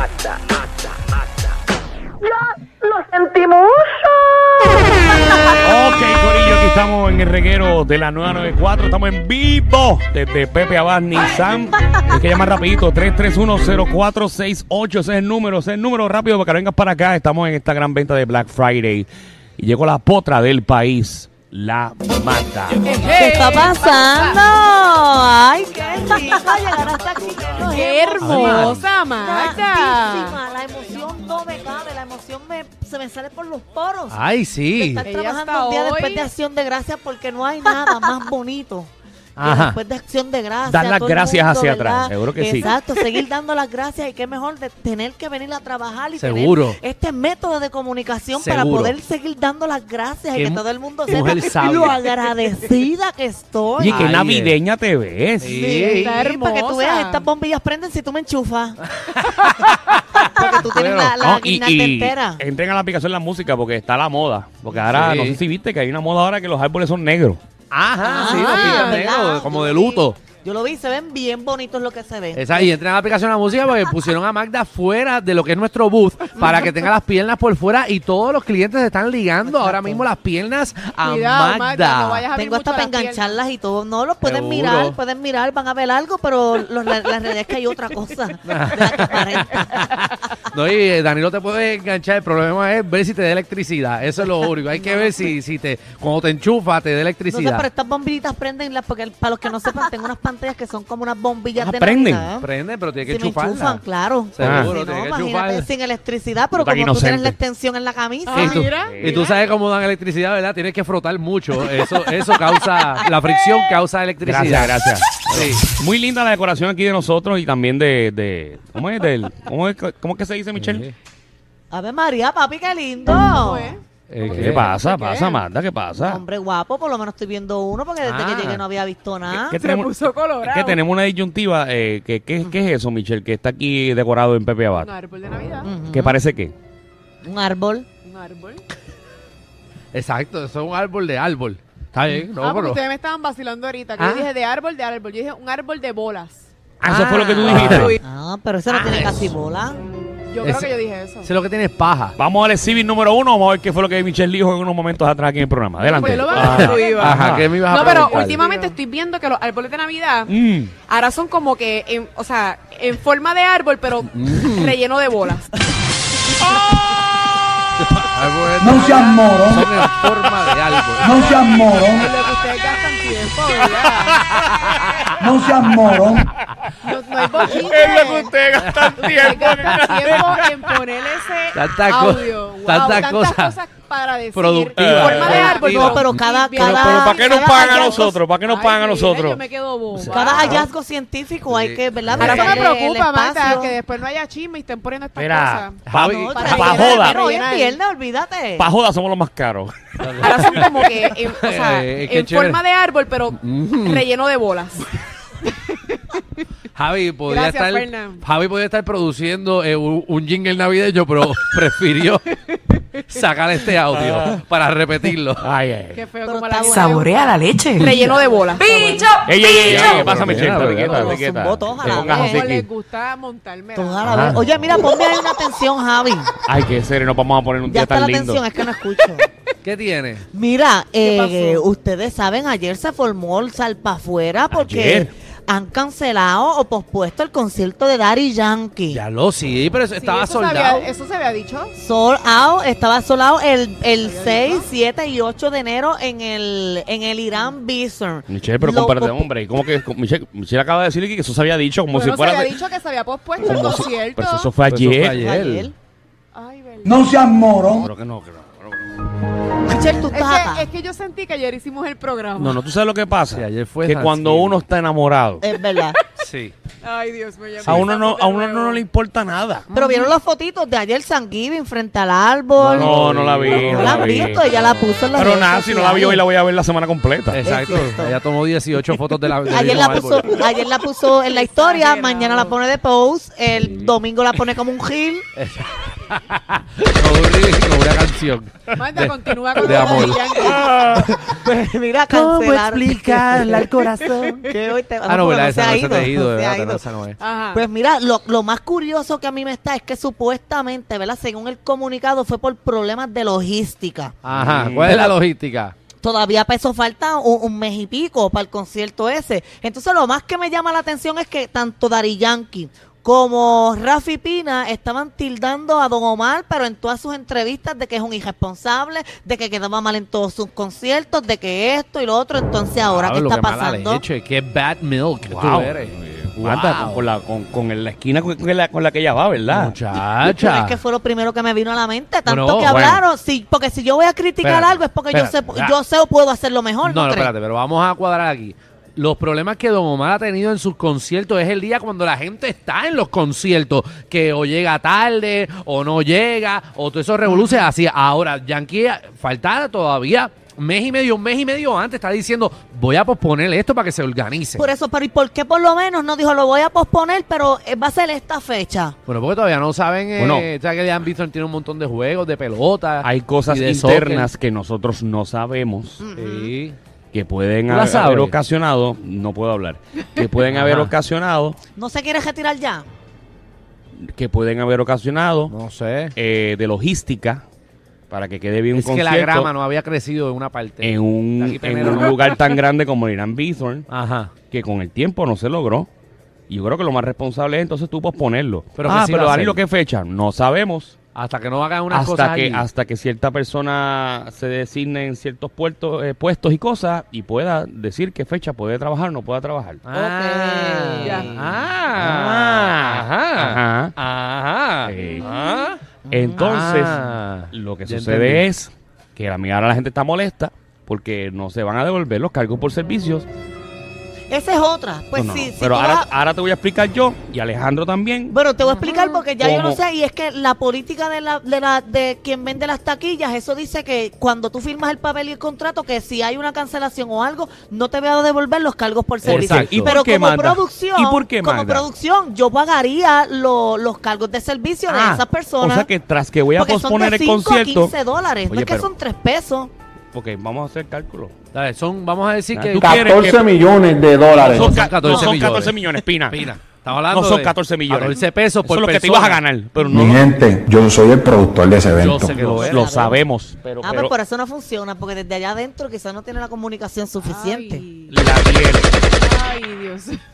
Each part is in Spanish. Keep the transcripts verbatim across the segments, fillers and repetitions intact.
Magda, Magda, Magda. ¡Ya lo sentimos! Ok, corillo, aquí estamos en el reguero de la nueva noventa y cuatro. Estamos en vivo desde Pepe Abad Nissan. Hay que llamar rapidito, tres tres uno, cero cuatro seis ocho. Ese es el número, ese es el número rápido para que vengas para acá. Estamos en esta gran venta de Black Friday. Y llegó la potra del país, la Magda. ¿Qué está pasando? Ay, qué rico llegar hasta aquí. ¡Qué hermosa, Magda! Grandísima. La emoción no me cabe, la emoción me, se me sale por los poros. Ay, sí. Estar Ella trabajando hasta un día hoy. después de Acción de Gracias porque no hay nada más bonito. que Ajá. Después de Acción de Gracias. Dar las todo el gracias mundo, hacia ¿verdad? atrás, seguro que sí. Exacto, seguir dando las gracias y qué mejor de tener que venir a trabajar y Seguro. tener este método de comunicación para Seguro. poder seguir dando las gracias y Qué que mu- todo el mundo qué mujer sepa sabia. lo agradecida que estoy. Oye, qué Ay, navideña te ves. Sí. Sí, Está para que tú veas, hermosa. estas bombillas prenden si tú me enchufas. Porque tú tienes la, la No, y, guirnalda y entera. entren a la aplicación la música porque está la moda. Porque ahora, Sí. no sé si viste que hay una moda ahora que los árboles son negros. Ajá, sí, Ah, los pillan ¿verdad? negros, como Yo de lo vi. luto. Yo lo vi, se ven bien bonitos lo que se ven. Esa, y entren a la aplicación de la música porque pusieron a Magda fuera de lo que es nuestro booth para que tenga las piernas por fuera y todos los clientes se están ligando Exacto. ahora mismo las piernas a Cuidado, Magda. Magda, no vayas a abrir Tengo hasta mucho para las piernas. engancharlas y todo. No, los pueden Seguro. mirar, pueden mirar, van a ver algo, pero los- la, la realidad es que hay otra cosa de la que aparenta. No, y eh, Danilo te puede enganchar, el problema es ver si te da electricidad, eso es lo único, hay que ver si, si te, cuando te enchufa te da No sé, electricidad. pero estas bombillitas prenden, las- porque para los que no sepan, tengo unas pantallas que son como unas bombillas Ah, de prenden. Navidad. Prende, pero tiene que Si me enchufarla. enchufan, claro. Seguro, Si tiene no, que imagínate enchufarla. sin electricidad, pero Puta, como qué tú tienes inocente. la extensión en la camisa. Ah, Y tú, mira. y tú sabes cómo dan electricidad, ¿verdad? Tienes que frotar mucho. Eso, eso causa, la fricción causa electricidad. Gracias, gracias. Sí. Muy linda la decoración aquí de nosotros y también de... de ¿Cómo es? Del, ¿cómo, es ¿Cómo es que se dice, Michelle? Ave María, papi, qué lindo. ¿Cómo es? Eh, ¿Qué pasa? ¿Qué? ¿Pasa, Magda? ¿Qué pasa? Hombre guapo, por lo menos estoy viendo uno porque desde Ah. que llegué no había visto nada. ¿Qué Se tenemos? puso colorado. Es que tenemos una disyuntiva. Eh, que, ¿qué, ¿Qué es eso, Michelle? Que está aquí decorado en Pepe Un Abad. árbol de Navidad. Ujú. ¿Qué parece qué? Un árbol. Un árbol. Exacto, eso es un árbol de árbol. Está bien, no, ah, porque pero... ustedes me estaban vacilando ahorita. Que Ah. yo dije de árbol, de árbol. Yo dije un árbol de bolas. Ah, eso fue lo que tú Ah. dijiste. Ah, pero eso no tiene casi bola. Yo creo Ese- que yo dije eso. Eso es lo que tiene es paja. Vamos a darle Civic número uno. Vamos a ver qué fue lo que Michelle dijo en unos momentos atrás aquí en el programa. Adelante. Pues lo van a Ajá, destruir, va. ajá, ¿qué me ibas a No, pero preguntar? últimamente estoy viendo que los árboles de Navidad Mm. ahora son como que, en, o sea, en forma de árbol, pero Mm. relleno de bolas. Árboles de No Navidad seas morón. Son en forma de árbol. No seas morón, En lo que ustedes gastan tiempo, ¿verdad? no seas morón. No, no hay bochinche. Es lo que usted gasta el Ustedes tiempo. gastan tiempo en poner ese Tantas co- audio. Wow, tantas tantas cosas cosas para decir. productivas. En forma de árbol. Productivas. No, pero cada, Bien, cada, Pero ¿para qué nos cada pagan a hallazgo- nosotros? ¿Para qué nos Ay, pagan a mira, nosotros? Yo me quedo boba. Cada hallazgo científico hay que, ¿verdad? Ahora eso me Darle el preocupa, Marta, espacio. que después no haya chisme y estén poniendo estas Mira, cosas. pa, Javi, No, pa, para pa rellenar, joda. pero hoy es rellenar. viernes, olvídate. Pa' joda somos los más caros. Ahora son como que, en, o sea, Eh, qué en chévere. forma de árbol, pero Mm. relleno de bolas. Javi podría Gracias, estar Fernán. Javi podría estar produciendo eh, un, un jingle navideño, pero prefirió sacar este audio para repetirlo. Ay, ay. Qué feo Pero como está la bueno. Saborea la leche. Relleno de bolas. Ey, ey, ey, ey, ¿qué pasa, pero Michelle? mira, Estate pero quieta, mira, estate quieta. zumbó todos a Te la pongas vez. así Como les aquí. gusta montarme. Toda la- la vez. Oye, mira, ponme ahí una atención, Javi. Ay, qué serio, nos vamos a poner un Ya día está tan la lindo. atención, es que no escucho. ¿Qué tiene? Mira, ¿Qué eh, pasó? ustedes saben, ayer se formó el salpa afuera porque Ayer. han cancelado o pospuesto el concierto de Daddy Yankee. Ya lo sí, pero eso Sí, estaba eso se soldado. había- eso se había dicho. Sold out, estaba sold out el, el seis, siete y ocho de enero en el, en el Irán Bison. Michelle, pero Lo compárate, pospu- hombre. ¿Cómo que Michelle, Michelle acaba de decir que eso se había dicho como Bueno, si fuera... se había de- dicho que se había pospuesto el como si- concierto. Pero eso fue Pero eso ayer. fue ayer. Ayer. Ay, verdad. No seas morón. Pero que no, que no. Michelle, tú Es estás acá. que, es que yo sentí que ayer hicimos el programa. No, no, tú sabes lo que pasa. Sí, ayer fue que Thanksgiving. cuando uno está enamorado, Es verdad. Sí. Ay, Dios mío. ya a uno no, empezamos a de uno no, nuevo. le importa nada. Pero vieron las fotitos de ayer Thanksgiving frente al árbol. No, no la vi. No No la la han vi. visto, ella la puso en las Pero redes nada, si no la vi hoy, sociales. la voy a ver la semana completa. Exacto. Es cierto. Ella tomó dieciocho fotos de la del Ayer mismo la, puso, árbol. ayer la puso en la historia, Exagerado. mañana la pone de post, el domingo la pone como un gil. Con un remix, con una canción. Manda, de- continúa con de amor. Pues mira, ¿Cómo cancelaron. explicarle al corazón? Que hoy te- Ah, no, porque ¿verdad? se Esa ha no se te ha ido, de se ha verdad, ido. no, esa no es. Ajá. Pues mira, lo, lo más curioso que a mí me está es que supuestamente, ¿verdad? Según el comunicado, fue por problemas de logística. Ajá, ¿cuál es la logística? Todavía peso falta un, un mes y pico para el concierto ese. Entonces lo más que me llama la atención es que tanto Daddy Yankee como Rafi Pina estaban tildando a Don Omar, pero en todas sus entrevistas de que es un irresponsable, de que quedaba mal en todos sus conciertos, de que esto y lo otro. Entonces ahora, ¿qué Diablo, está qué mala pasando? leche, qué bad milk que tú Wow. eres. Marta, Wow. con, la, con, con el- la esquina con, con la, con la que ella va, ¿verdad? Pero Muchacha. es que fue lo primero que me vino a la mente, tanto Bueno, que hablaron, sí, porque si yo voy a criticar Espérate, algo es porque yo sé, espérate, ya. yo sé o puedo hacerlo mejor, ¿no, No, no, crees? espérate, pero vamos a cuadrar aquí. Los problemas que Don Omar ha tenido en sus conciertos es el día cuando la gente está en los conciertos, que o llega tarde o no llega, o todo eso revoluce así. Ahora, Yankee falta todavía mes y medio, un mes y medio antes, está diciendo, voy a posponer esto para que se organice. Por eso, pero ¿y por qué por lo menos no dijo lo voy a posponer, pero eh, va a ser esta fecha? Bueno, porque todavía no saben, eh, Bueno. sabes que han visto, tiene un montón de juegos, de pelota. Hay cosas y de internas que nosotros no sabemos soccer. Sí. que pueden ¿Tú la ha- sabes? haber ocasionado, no puedo hablar, que pueden haber Ajá. ocasionado, ¿No se quiere retirar ya? que pueden haber ocasionado No sé. eh, de logística para que quede bien Es un que la concierto grama no había crecido en una parte. en un, Aquí en primero, un ¿no? lugar tan grande como el Irán Bithorn, Ajá. que con el tiempo no se logró. Y yo creo que lo más responsable es entonces tú posponerlo. Pero ah, que sí va pero a Danilo, ser. ¿qué fecha? No sabemos. Hasta que no hagan unas cosas Hasta que, allí. hasta que cierta persona se designe en ciertos puertos, eh, puestos y cosas y pueda decir qué fecha puede trabajar o no pueda trabajar. Ah, Ok. Ya. Ah, ajá. Ajá. Ajá. Sí. Ah. Entonces, Ah. lo que Ya sucede entendí. es que a mí ahora la gente está molesta porque no se van a devolver los cargos por servicios. Esa es otra. Pues No, no, sí, no. si Pero tú ahora, vas a- ahora te voy a explicar yo y Alejandro también. Bueno, te voy a explicar porque ya yo no ¿Cómo? sé, y es que la política de la, de la de quien vende las taquillas, eso dice que cuando tú firmas el papel y el contrato, que si hay una cancelación o algo, no te voy a devolver los cargos por servicio. Exacto. ¿Y por Pero qué, como Magda? producción, ¿Y por qué, como Magda? producción, yo pagaría lo- los cargos de servicio de Ah, esas personas. O sea que tras que voy a porque son posponer de el cinco a concierto. quince dólares, no Oye, es que pero- son tres pesos. Ok, vamos a hacer cálculo. Dale, son, vamos a decir Ah, que... tú quieres catorce que- millones de dólares. Son, son ca- catorce no, son millones. catorce millones, Pina. Pina, estamos hablando No son de catorce millones. catorce pesos Eso por es lo que te persona. ibas a ganar, pero Mi no gente, yo soy el productor de ese evento. Yo sé que lo lo, es. lo sabemos. Pero, Ah, pero pues por eso no funciona, porque desde allá adentro quizás no tiene la comunicación suficiente. Ay, la tiene. ay, Dios mío.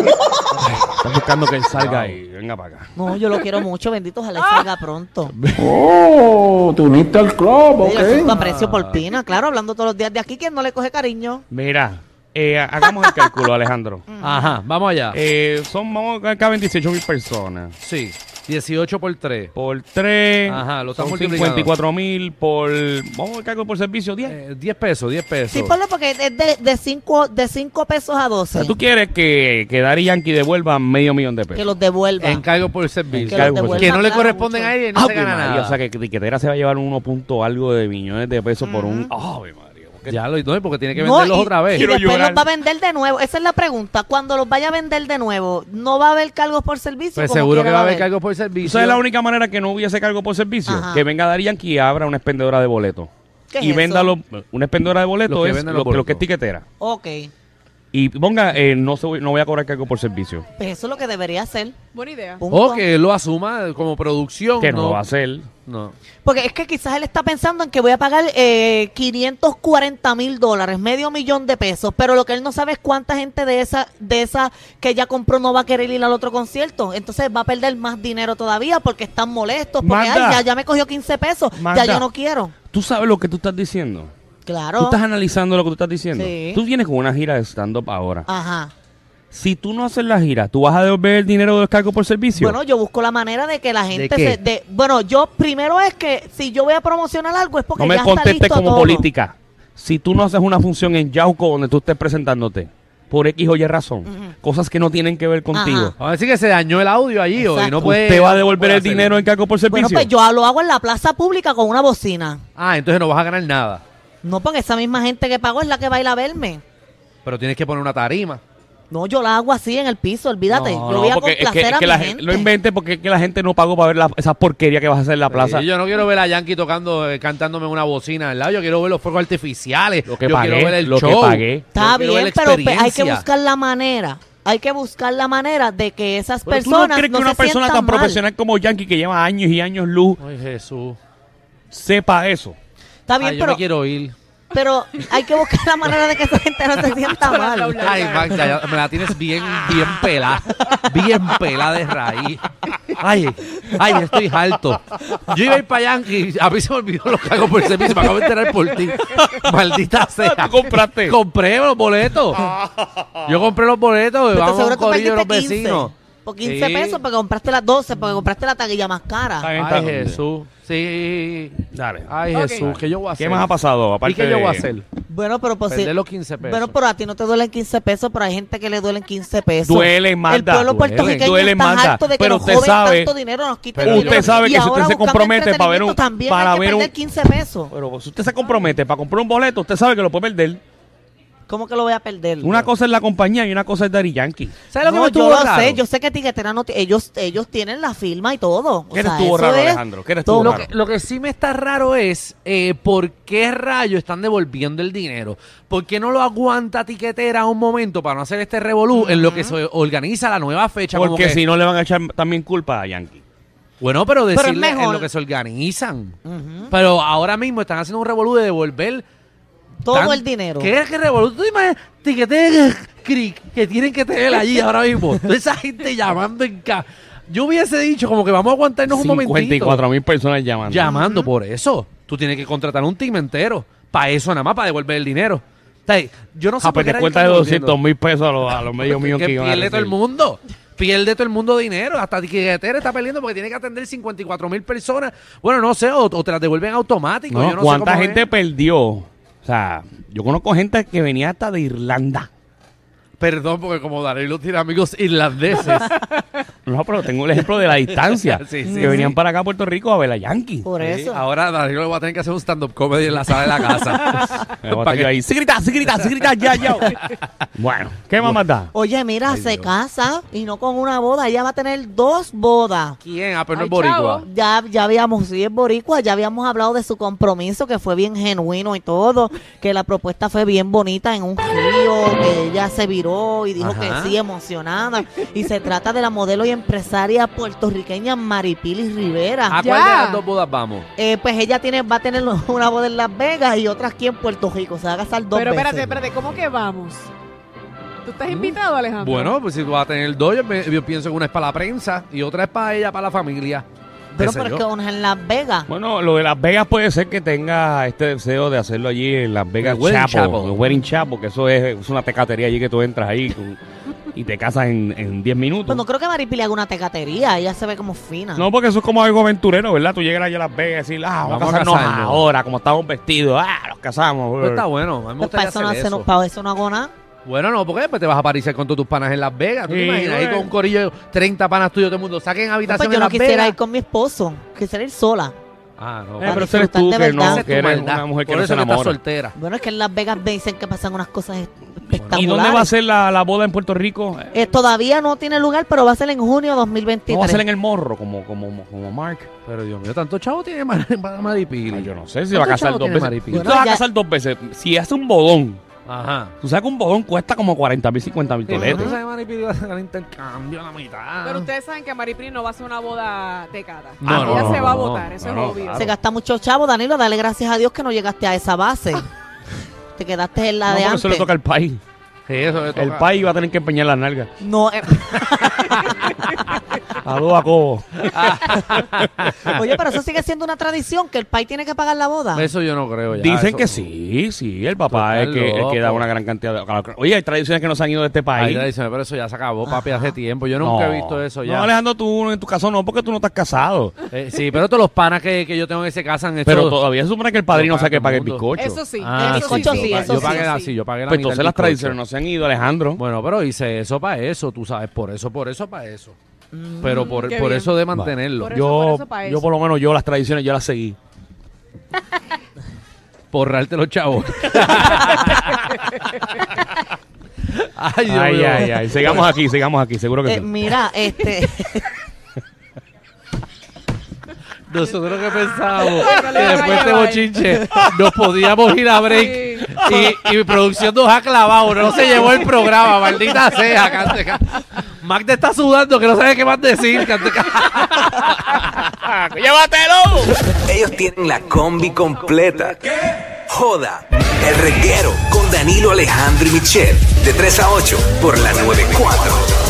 Estás buscando que él salga y venga para acá. No, yo lo quiero mucho, bendito, ojalá y salga pronto. Oh, te uniste al club, Yo siento ok. aprecio por Pina, claro, hablando todos los días de aquí, ¿quién no le coge cariño? Mira, eh, hagamos el cálculo, Alejandro. Ajá, vamos allá. Eh, son, vamos, caben dieciocho mil personas. Sí, dieciocho por tres. Por tres, Ajá, lo estás son multiplicando. cincuenta y cuatro mil por, vamos al cálculo por servicio, diez. Eh, diez pesos, diez pesos. Sí, ponlo porque es de, de, cinco, de cinco pesos a O doce. sea, tú quieres que, que Daddy Yankee devuelva medio millón de pesos. Que los devuelva. Encargo por servicio. Que Encargo los por devuelva, Que no le claro, corresponden mucho. a ella y no se Ave gana María, nada. o sea, que Tiquetera se va a llevar uno punto algo de millones de pesos por un... Ave María. porque- Ya lo no, porque tiene que No, venderlos y, otra vez. y Quiero después llorar. los va a vender de nuevo. Esa es la pregunta. Cuando los vaya a vender de nuevo, ¿no va a haber cargos por servicio? Pues Como seguro que quiera va a haber cargos por servicio. ¿Tú sabes la única manera que no hubiese cargo por servicio? Ajá. Que venga Daddy Yankee y abra una expendedora de boletos. ¿Qué es Y venda eso? los- una expendedora de boletos Los que es venden lo, los que- lo que es boletos. tiquetera. Ok. Y ponga, eh, no, se voy- no voy a cobrar cargo por servicio. Pues eso es lo que debería hacer. Buena idea. Punto. O que él lo asuma como producción. Que no, lo va a hacer. No. Porque es que quizás él está pensando en que voy a pagar eh, quinientos cuarenta mil dólares, medio millón de pesos, pero lo que él no sabe es cuánta gente de esa de esa que ya compró no va a querer ir al otro concierto. Entonces va a perder más dinero todavía porque están molestos, porque Magda. ay, ya, ya me cogió quince pesos, Magda. ya yo no quiero. ¿Tú sabes lo que tú estás diciendo? Claro. Tú estás analizando lo que tú estás diciendo. Sí. Tú vienes con una gira de stand-up ahora. Ajá. Si tú no haces la gira, ¿tú vas a devolver el dinero del cargo por servicio? Bueno, yo busco la manera de que la gente qué? se... De, bueno, yo primero es que si yo voy a promocionar algo es porque no me ya está contestes listo como todo. política. Si tú no haces una función en Yauco donde tú estés presentándote, por X o Y razón, cosas que no tienen que ver contigo, Ajá. Vamos a decir que se dañó el audio allí hoy. Exacto. No puede, ¿usted va a no devolver puede el hacerlo. dinero en cargo por servicio? Bueno, pues yo lo hago en la plaza pública con una bocina. Ah, entonces no vas a ganar nada. No, porque esa misma gente que pagó es la que va a ir a verme. Pero tienes que poner una tarima. No, yo la hago así en el piso, olvídate. No, yo no, voy a porque es que, complacer es a que mi la gente. gente lo invente porque es que la gente no pagó para ver la, esa porquería que vas a hacer en la plaza. Sí, yo no quiero ver a Yankee tocando, eh, cantándome una bocina al lado. Yo quiero ver los fuegos artificiales. Lo que yo pagué, quiero ver el lo que show. pagué. Está Yo quiero ver bien, la pero pe- hay que experiencia. buscar la manera. Hay que buscar la manera de que esas Pero ¿tú personas no crees que no una se persona sientan tan mal. profesional como Yankee, que lleva años y años luz, Ay, Jesús. sepa eso? Está bien, Ay, yo pero, me quiero ir. pero hay que buscar la manera de que esa gente no se sienta mal. Ay, Magda, ya me la tienes bien, bien pelada. Bien pelada de raíz. Ay, ay, estoy harto. Yo iba a ir para Yankee. A mí se me olvidó los cargos por el servicio. Me acabo de enterar por ti. Maldita sea. ¿Tú compraste? Compré los boletos. Yo compré los boletos. Pero Vamos a seguro un tú corillo de los perdiste quince. vecinos. Por quince Sí. pesos porque compraste las doce, porque compraste la taquilla más Está cara. bien, está Ay, bien. Jesús. Sí. Dale. Ay, Ok. Jesús. ¿Qué yo voy a hacer? ¿Qué más ha pasado? Aparte ¿Y qué yo voy a de- hacer? Bueno, pero pues sí. Perder los quince pesos. Bueno, pero a ti no te duelen quince pesos, pero hay gente que le duelen quince pesos. Duelen, Magda, El pueblo duelen, puertorriqueño duelen, está Magda, harto de que pero nos usted joven sabe- tanto dinero, nos quiten pero dinero. usted sabe Y que si ahora usted se buscando compromete para ver un- entretenimiento, también para hay que ver un- perder quince pesos. Pero si usted se compromete para comprar un boleto, usted sabe que lo puede perder. ¿Cómo que lo voy a perder? Una cosa es la compañía y una cosa es Daddy Yankee. ¿Sabes lo que No, me estuvo yo lo raro? sé, yo sé que Tiquetera no, ti- ellos, ellos tienen la firma y todo. O ¿Qué eres sea, tú, eso raro, es Alejandro? ¿Qué eres tú, todo. Lo raro? que, lo que sí me está raro es eh, por qué rayos están devolviendo el dinero. ¿Por qué no lo aguanta Tiquetera un momento para no hacer este revolú en lo que se organiza la nueva fecha? Como Porque que- si no le van a echar también culpa a Yankee. Bueno, pero Pero es decirle en mejor. lo que se organizan. Ujú. Pero ahora mismo están haciendo un revolú de devolver Todo tan- el dinero. ¿Qué es que revolú? ¿Tú te imaginas Tiquetera Cric que tienen que tener allí ahora mismo? Toda esa gente llamando en ca... Yo hubiese dicho como que vamos a aguantarnos un momentito. cincuenta y cuatro mil personas llamando. Llamando por eso. Tú tienes que contratar un team entero. Para eso nada más, para devolver el dinero. O sea, yo no sé Ah, pues por qué te rayos cuenta de están doscientos mil pesos a los, a los medios míos que que iban a pierde todo el recibir. mundo. Pierde todo el mundo dinero. Hasta Tiquetera está perdiendo porque tiene que atender cincuenta y cuatro mil personas. Bueno, no sé, o, o te las devuelven automático. No, yo no sé ¿cuánta cómo gente es. perdió? O sea, yo conozco gente que venía hasta de Irlanda. Perdón, porque como Danilo tiene amigos irlandeses. No, pero tengo el ejemplo de la distancia. Sí, sí, que venían sí. para acá a Puerto Rico a ver a Yankee. Por Sí, eso. ahora Danilo le va a tener que hacer un stand-up comedy en la sala de la casa. Me voy a Pa' estar yo que- ahí. Sí, grita, sí, grita, sí, grita, ya, ya. Bueno, ¿qué más manda? Oye, mira, Ay, se Dios. casa y no con una boda. Ella va a tener dos bodas. ¿Quién? Ah, pero no Ay, es boricua. chavo. Ya, ya habíamos, sí, es boricua, ya habíamos hablado de su compromiso, que fue bien genuino y todo, que la propuesta fue bien bonita en un río, que ella se viró y dijo Ajá. que sí, emocionada. Y se trata de la modelo y empresaria puertorriqueña Maripilis Rivera. ¿A Ya. cuál de las dos bodas vamos? Eh, pues ella tiene, va a tener una boda en Las Vegas y otra aquí en Puerto Rico. Se va a casar dos Pero veces. espérate, espérate, ¿cómo que vamos? ¿Tú estás invitado, Alejandro? Bueno, pues si tú vas a tener dos, yo, me- yo pienso que una es para la prensa y otra es para ella, para la familia. Pero, Qué sé pero es yo. que una es en Las Vegas. Bueno, lo de Las Vegas puede ser que tenga este deseo de hacerlo allí en Las Vegas El Wedding Chapel, Chapel. el Wedding Chapel, que eso es, es una tecatería allí que tú entras ahí con- y te casas en en diez minutos. Pues no creo que Maripilis haga una tecatería. Ella se ve como fina. No, porque eso es como algo aventurero, ¿verdad? Tú llegas allá a Las Vegas y decir, ah, vamos, Vamos a a casarnos casarnos. ahora, como estamos vestidos, ah, nos casamos. Pues está bueno, a mí me Pues gustaría para eso no hacer hace- eso. no- para eso no hago nada. Bueno, no, porque después te vas a parecer con todos tus panas en Las Vegas. ¿Tú Sí, te imaginas ahí bueno. con un corillo, treinta panas tuyos, todo el mundo, saquen No, habitación pues yo en no Las quisiera Vegas? ir con mi esposo. Quisiera ir sola. Ah, no. Eh, para pero ese eres disfrutar tú, de que verdad. no, Esa es que tu eres maldad. una mujer que Por no eso se que estás enamora. soltera. Bueno, es que en Las Vegas me dicen que pasan unas cosas espectaculares. ¿Y dónde va a ser la, la boda en Puerto Rico? Eh, todavía no tiene lugar, pero va a ser en junio dos mil veintitrés. No va a ser en el morro, como, como, como Mark. Pero Dios mío, tanto chavo tiene Mar- Mar- Maripili. Ay, yo no sé si va a casar chavo dos tiene veces. Maripili? Tú te vas a Bueno, ya- casar dos veces. Si hace un bodón, Ajá. tú sabes que un bodón cuesta como cuarenta mil, cincuenta mil Pero toletes. tú sabes, Maripili va a sacar intercambio a la mitad. Pero ustedes saben que Maripri no va a hacer una boda tecata. No, Ella no, se va a no, votar, eso no, es no, obvio. claro. Se gasta mucho chavo, Danilo. Dale gracias a Dios que no llegaste a esa base. Te quedaste en la No, de porque antes. eso le toca al país. Sí, eso le El toca. país va a tener que empeñar las nalgas. No, eh, Saludos a Cobo. oye, pero eso sigue siendo una tradición, que el país tiene que pagar la boda. Eso yo no creo ya. Dicen eso- que sí, sí. El papá Tú es estás que, el que da loco. una gran cantidad de... Oye, hay tradiciones que no se han ido de este Ay, país. tradiciones, pero eso ya se acabó, papi, hace tiempo. Yo nunca No. he visto eso ya. No, Alejandro, tú en tu caso no, porque tú no estás casado. Eh, sí, pero todos los panas que, que yo tengo que se casan. Pero estos- todavía se supone que el padrino Lo sea que paga pague el todo el mundo. bizcocho. Eso sí, Ah, el El sí, bizcocho yo sí, pa- eso yo sí, pagué la, sí. sí, yo pagué la Pues mitad entonces del las bizcocho. tradiciones no se han ido, Alejandro. Bueno, pero hice eso para eso, tú sabes, por eso, por eso, para eso. Pero por, qué por bien. eso de mantenerlo. Por eso, yo, por eso, pa' yo eso. por lo menos, yo las tradiciones yo las seguí. Porrarte los chavos. Ay, Dios Ay, mío. ay, ay. Sigamos aquí, sigamos aquí, seguro que Eh, sí. mira, este... Nosotros que pensábamos Que que no le van a después de llevar. bochinche nos podíamos ir a break y, y mi producción nos ha clavado, no se llevó el programa, maldita sea. Cante, cante. Magda está sudando que no sabe qué más decir. Cante, cante. ¡Llévatelo! Ellos tienen la combi completa. Joda, el reguero con Danilo Alejandro y Michelle, de tres a ocho por la noventa y cuatro.